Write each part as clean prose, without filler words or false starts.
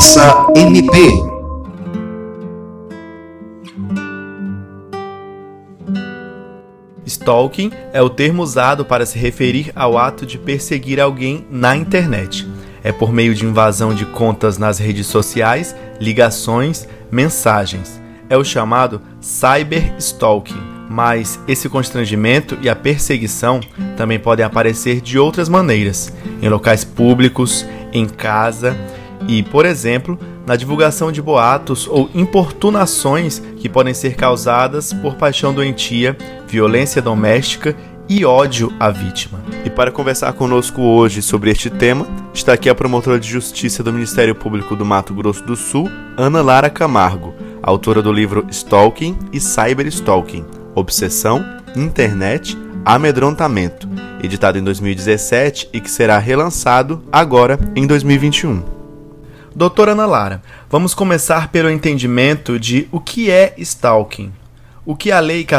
Conversa MP. Stalking é o termo usado para se referir ao ato de perseguir alguém na internet. É por meio de invasão de contas nas redes sociais, ligações, mensagens. É o chamado cyberstalking, mas esse constrangimento e a perseguição também podem aparecer de outras maneiras, em locais públicos, em casa e, por exemplo, na divulgação de boatos ou importunações que podem ser causadas por paixão doentia, violência doméstica e ódio à vítima. E para conversar conosco hoje sobre este tema, está aqui a promotora de justiça do Ministério Público do Mato Grosso do Sul, Ana Lara Camargo, autora do livro Stalking e Cyberstalking, Obsessão, Internet, Amedrontamento, editado em 2017 e que será relançado agora em 2021. Doutora Ana Lara, vamos começar pelo entendimento de o que é stalking. O que a Lei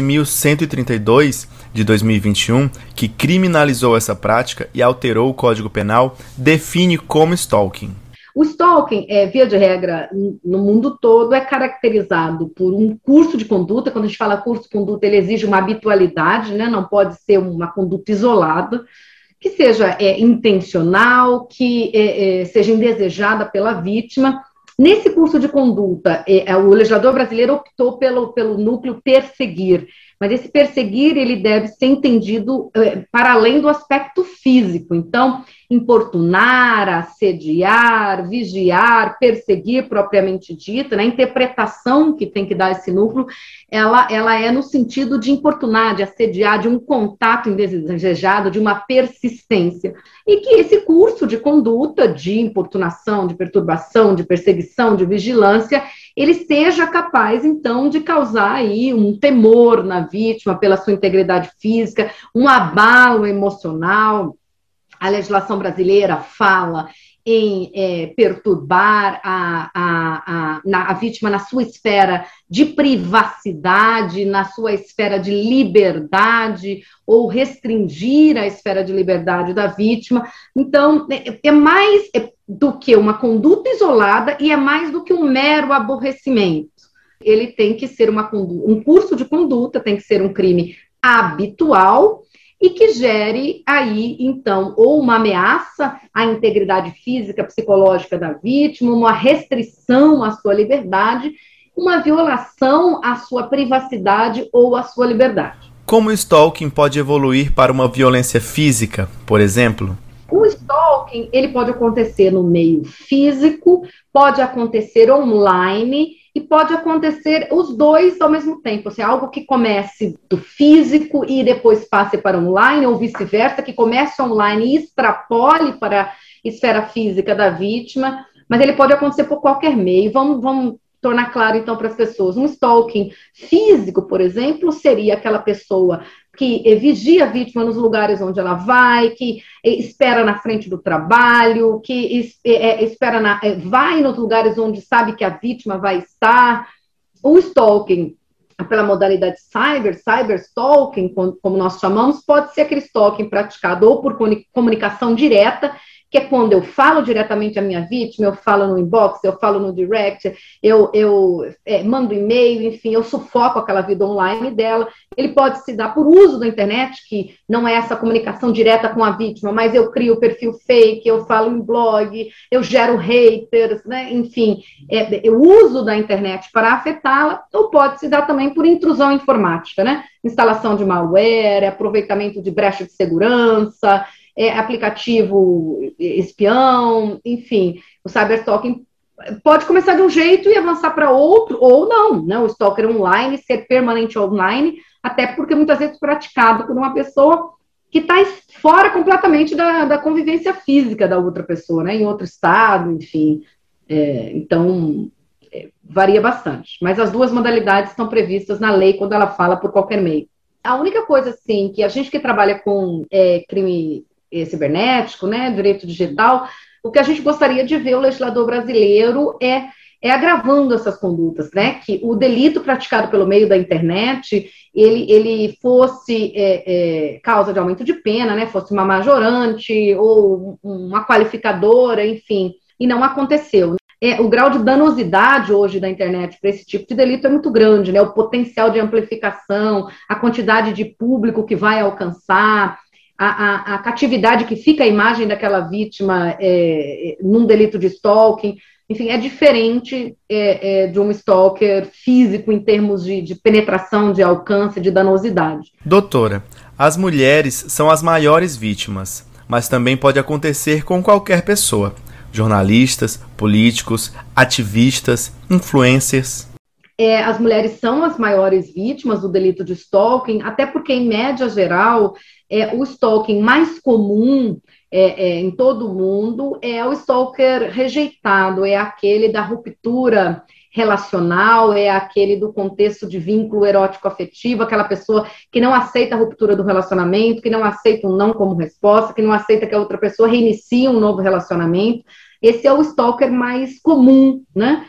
14.132 de 2021, que criminalizou essa prática e alterou o Código Penal, define como stalking. O stalking, via de regra, no mundo todo, é caracterizado por um curso de conduta. Quando a gente fala curso de conduta, ele exige uma habitualidade, né? Não pode ser uma conduta isolada, que seja intencional, que seja indesejada pela vítima. Nesse curso de conduta, o legislador brasileiro optou pelo núcleo perseguir, mas esse perseguir ele deve ser entendido para além do aspecto físico. Então, importunar, assediar, vigiar, perseguir propriamente dita, né? A interpretação que tem que dar esse núcleo, ela é no sentido de importunar, de assediar, de um contato indesejado, de uma persistência. E que esse curso de conduta, de importunação, de perturbação, de perseguição, de vigilância, ele seja capaz, então, de causar aí um temor na vítima pela sua integridade física, um abalo emocional. A legislação brasileira fala em perturbar a vítima na sua esfera de privacidade, na sua esfera de liberdade, ou restringir a esfera de liberdade da vítima. Então, é mais do que uma conduta isolada e é mais do que um mero aborrecimento. Ele tem que ser um curso de conduta, tem que ser um crime habitual, e que gere aí, então, ou uma ameaça à integridade física, psicológica da vítima, uma restrição à sua liberdade, uma violação à sua privacidade ou à sua liberdade. Como o stalking pode evoluir para uma violência física, por exemplo? O stalking, ele pode acontecer no meio físico, pode acontecer online e pode acontecer os dois ao mesmo tempo. Assim, algo que comece do físico e depois passe para online, ou vice-versa, que comece online e extrapole para a esfera física da vítima, mas ele pode acontecer por qualquer meio. Vamos tornar claro, então, para as pessoas. Um stalking físico, por exemplo, seria aquela pessoa que vigia a vítima nos lugares onde ela vai, que espera na frente do trabalho, que vai nos lugares onde sabe que a vítima vai estar. O stalking, pela modalidade cyberstalking, como nós chamamos, pode ser aquele stalking praticado ou por comunicação direta, que é quando eu falo diretamente à minha vítima, eu falo no inbox, eu falo no direct, eu mando e-mail, enfim, eu sufoco aquela vida online dela. Ele pode se dar por uso da internet, que não é essa comunicação direta com a vítima, mas eu crio perfil fake, eu falo em blog, eu gero haters, né? Enfim, eu uso da internet para afetá-la, ou pode se dar também por intrusão informática, né? Instalação de malware, aproveitamento de brecha de segurança, aplicativo espião, enfim, o cyberstalking pode começar de um jeito e avançar para outro, ou não, né? O stalker online, ser permanente online, até porque muitas vezes praticado por uma pessoa que está fora completamente da convivência física da outra pessoa, né? Em outro estado, enfim. Então, varia bastante. Mas as duas modalidades estão previstas na lei quando ela fala por qualquer meio. A única coisa, assim, que a gente que trabalha com crime cibernético, né, direito digital, o que a gente gostaria de ver o legislador brasileiro é agravando essas condutas, né, que o delito praticado pelo meio da internet, ele fosse causa de aumento de pena, né, fosse uma majorante ou uma qualificadora, enfim, e não aconteceu. o grau de danosidade hoje da internet para esse tipo de delito é muito grande, né? O potencial de amplificação, a quantidade de público que vai alcançar, a catividade que fica a imagem daquela vítima num delito de stalking, enfim, é diferente de um stalker físico em termos de penetração, de alcance, de danosidade. Doutora, as mulheres são as maiores vítimas, mas também pode acontecer com qualquer pessoa. Jornalistas, políticos, ativistas, influencers. As mulheres são as maiores vítimas do delito de stalking, até porque, em média geral, o stalking mais comum em todo o mundo é o stalker rejeitado, é aquele da ruptura relacional, é aquele do contexto de vínculo erótico-afetivo, aquela pessoa que não aceita a ruptura do relacionamento, que não aceita um não como resposta, que não aceita que a outra pessoa reinicie um novo relacionamento. Esse é o stalker mais comum, né?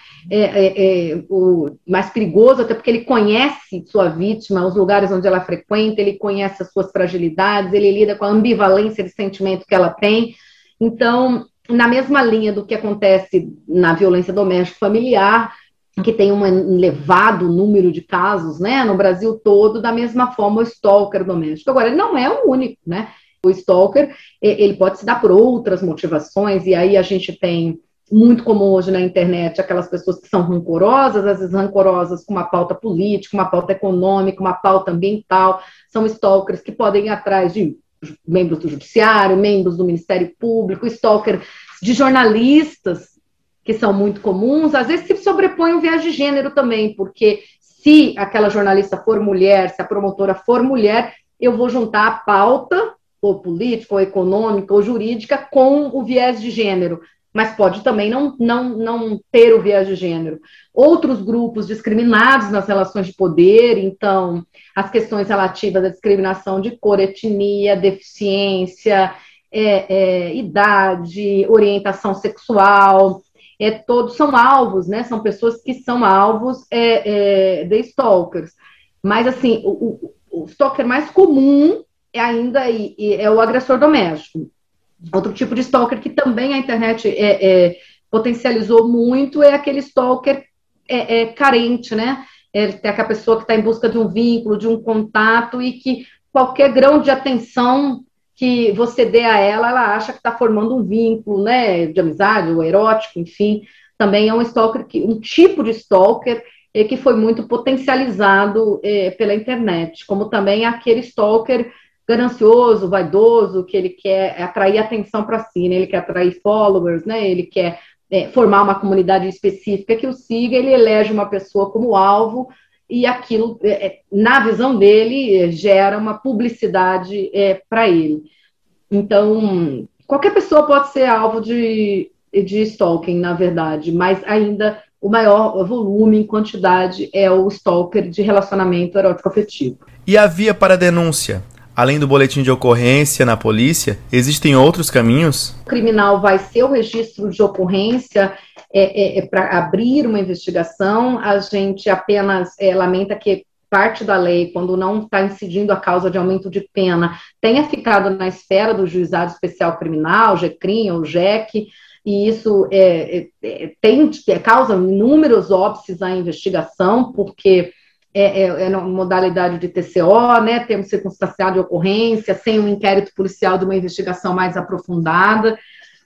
O mais perigoso, até porque ele conhece sua vítima, os lugares onde ela frequenta, ele conhece as suas fragilidades, ele lida com a ambivalência de sentimento que ela tem. Então, na mesma linha do que acontece na violência doméstica familiar, que tem um elevado número de casos, né, no Brasil todo, da mesma forma o stalker doméstico. Agora, ele não é o único, né? O stalker, ele pode se dar por outras motivações, e aí a gente tem muito comum hoje na internet aquelas pessoas que são rancorosas, às vezes rancorosas com uma pauta política, uma pauta econômica, uma pauta ambiental, são stalkers que podem ir atrás de membros do judiciário, membros do Ministério Público, stalker de jornalistas, que são muito comuns, às vezes se sobrepõe um viés de gênero também, porque se aquela jornalista for mulher, se a promotora for mulher, eu vou juntar a pauta ou política, ou econômica, ou jurídica, com o viés de gênero, mas pode também não ter o viés de gênero. Outros grupos discriminados nas relações de poder, então, as questões relativas à discriminação de cor, etnia, deficiência, idade, orientação sexual, todos são alvos, né? São pessoas que são alvos de stalkers. Mas, assim, o stalker mais comum ainda é o agressor doméstico. Outro tipo de stalker que também a internet potencializou muito é aquele stalker carente, né? É aquela pessoa que está em busca de um vínculo, de um contato, e que qualquer grão de atenção que você dê a ela, ela acha que está formando um vínculo, né, de amizade ou erótico, enfim. Também é um stalker, um tipo de stalker que foi muito potencializado pela internet, como também aquele stalker ganancioso, vaidoso, que ele quer atrair atenção para si, né? Ele quer atrair followers, né? Ele quer formar uma comunidade específica que o siga, ele elege uma pessoa como alvo, e aquilo, na visão dele, gera uma publicidade para ele. Então, qualquer pessoa pode ser alvo de stalking, na verdade, mas ainda o maior volume em quantidade é o stalker de relacionamento erótico-afetivo. E a via para a denúncia? Além do boletim de ocorrência na polícia, existem outros caminhos? O criminal vai ser o registro de ocorrência para abrir uma investigação. A gente apenas lamenta que parte da lei, quando não está incidindo a causa de aumento de pena, tenha ficado na esfera do Juizado Especial Criminal, GECRIM ou JEC, e isso causa inúmeros óbices à investigação, porque na modalidade de TCO, né, temos circunstanciado de ocorrência, sem um inquérito policial de uma investigação mais aprofundada.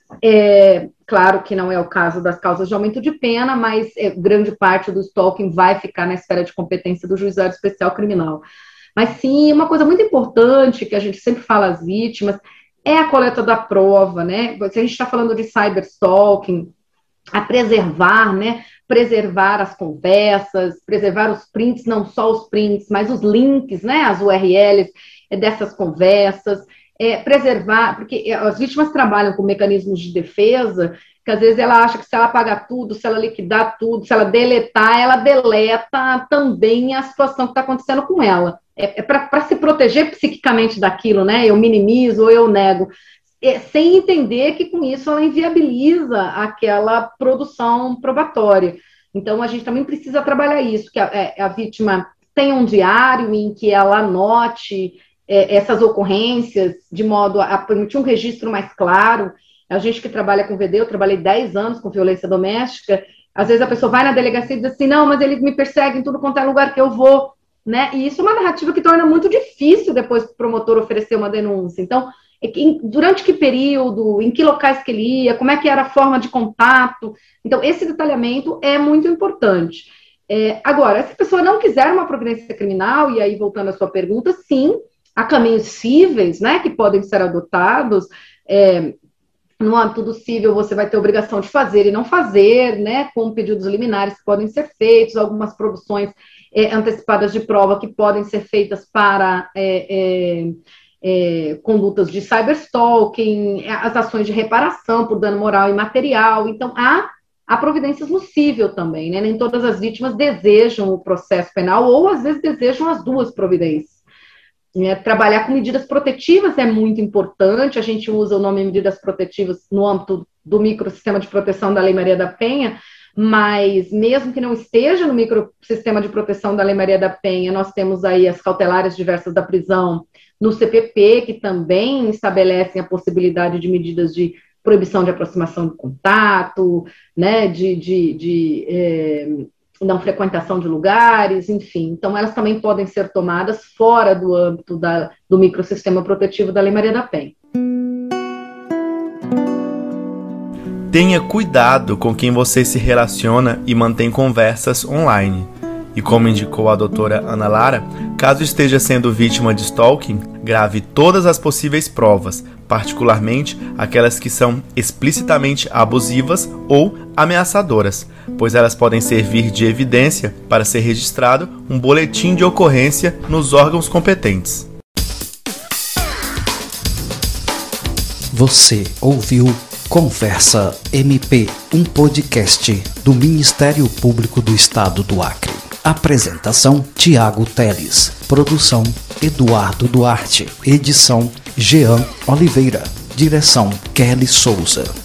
Claro que não é o caso das causas de aumento de pena, mas grande parte do stalking vai ficar na esfera de competência do Juizado Especial Criminal. Mas sim, uma coisa muito importante que a gente sempre fala às vítimas é a coleta da prova, né? Se a gente está falando de cyberstalking, a preservar, né? Preservar as conversas, preservar os prints, não só os prints, mas os links, né? As URLs dessas conversas, preservar, porque as vítimas trabalham com mecanismos de defesa, que às vezes ela acha que se ela apagar tudo, se ela liquidar tudo, se ela deletar, ela deleta também a situação que está acontecendo com ela. Para se proteger psiquicamente daquilo, né? Eu minimizo ou eu nego. Sem entender que com isso ela inviabiliza aquela produção probatória. Então, a gente também precisa trabalhar isso, que a vítima tenha um diário em que ela anote essas ocorrências, de modo a permitir um registro mais claro, A gente que trabalha com VD, eu trabalhei 10 anos com violência doméstica, às vezes a pessoa vai na delegacia e diz assim, não, mas eles me perseguem em tudo quanto é lugar que eu vou, né? E isso é uma narrativa que torna muito difícil depois para o promotor oferecer uma denúncia. Então, durante que período, em que locais que ele ia, como é que era a forma de contato. Então, esse detalhamento é muito importante. Agora, se a pessoa não quiser uma providência criminal, e aí voltando à sua pergunta, sim, há caminhos cíveis, né, que podem ser adotados. No âmbito do cível, você vai ter obrigação de fazer e não fazer, né, com pedidos liminares que podem ser feitos, algumas produções antecipadas de prova que podem ser feitas para condutas de cyberstalking, as ações de reparação por dano moral e material. Então, há providências no cível também, né? Nem todas as vítimas desejam o processo penal ou, às vezes, desejam as duas providências. Trabalhar com medidas protetivas é muito importante, a gente usa o nome medidas protetivas no âmbito do microsistema de proteção da Lei Maria da Penha, mas mesmo que não esteja no microsistema de proteção da Lei Maria da Penha, nós temos aí as cautelares diversas da prisão no CPP, que também estabelecem a possibilidade de medidas de proibição de aproximação do contato, né, de não frequentação de lugares, enfim. Então, elas também podem ser tomadas fora do âmbito do microsistema protetivo da Lei Maria da Penha. Tenha cuidado com quem você se relaciona e mantém conversas online. E como indicou a doutora Ana Lara, caso esteja sendo vítima de stalking, grave todas as possíveis provas, particularmente aquelas que são explicitamente abusivas ou ameaçadoras, pois elas podem servir de evidência para ser registrado um boletim de ocorrência nos órgãos competentes. Você ouviu Conversa MP, um podcast do Ministério Público do Estado do Acre. Apresentação: Tiago Teles. Produção: Eduardo Duarte. Edição: Jean Oliveira. Direção: Kelly Souza.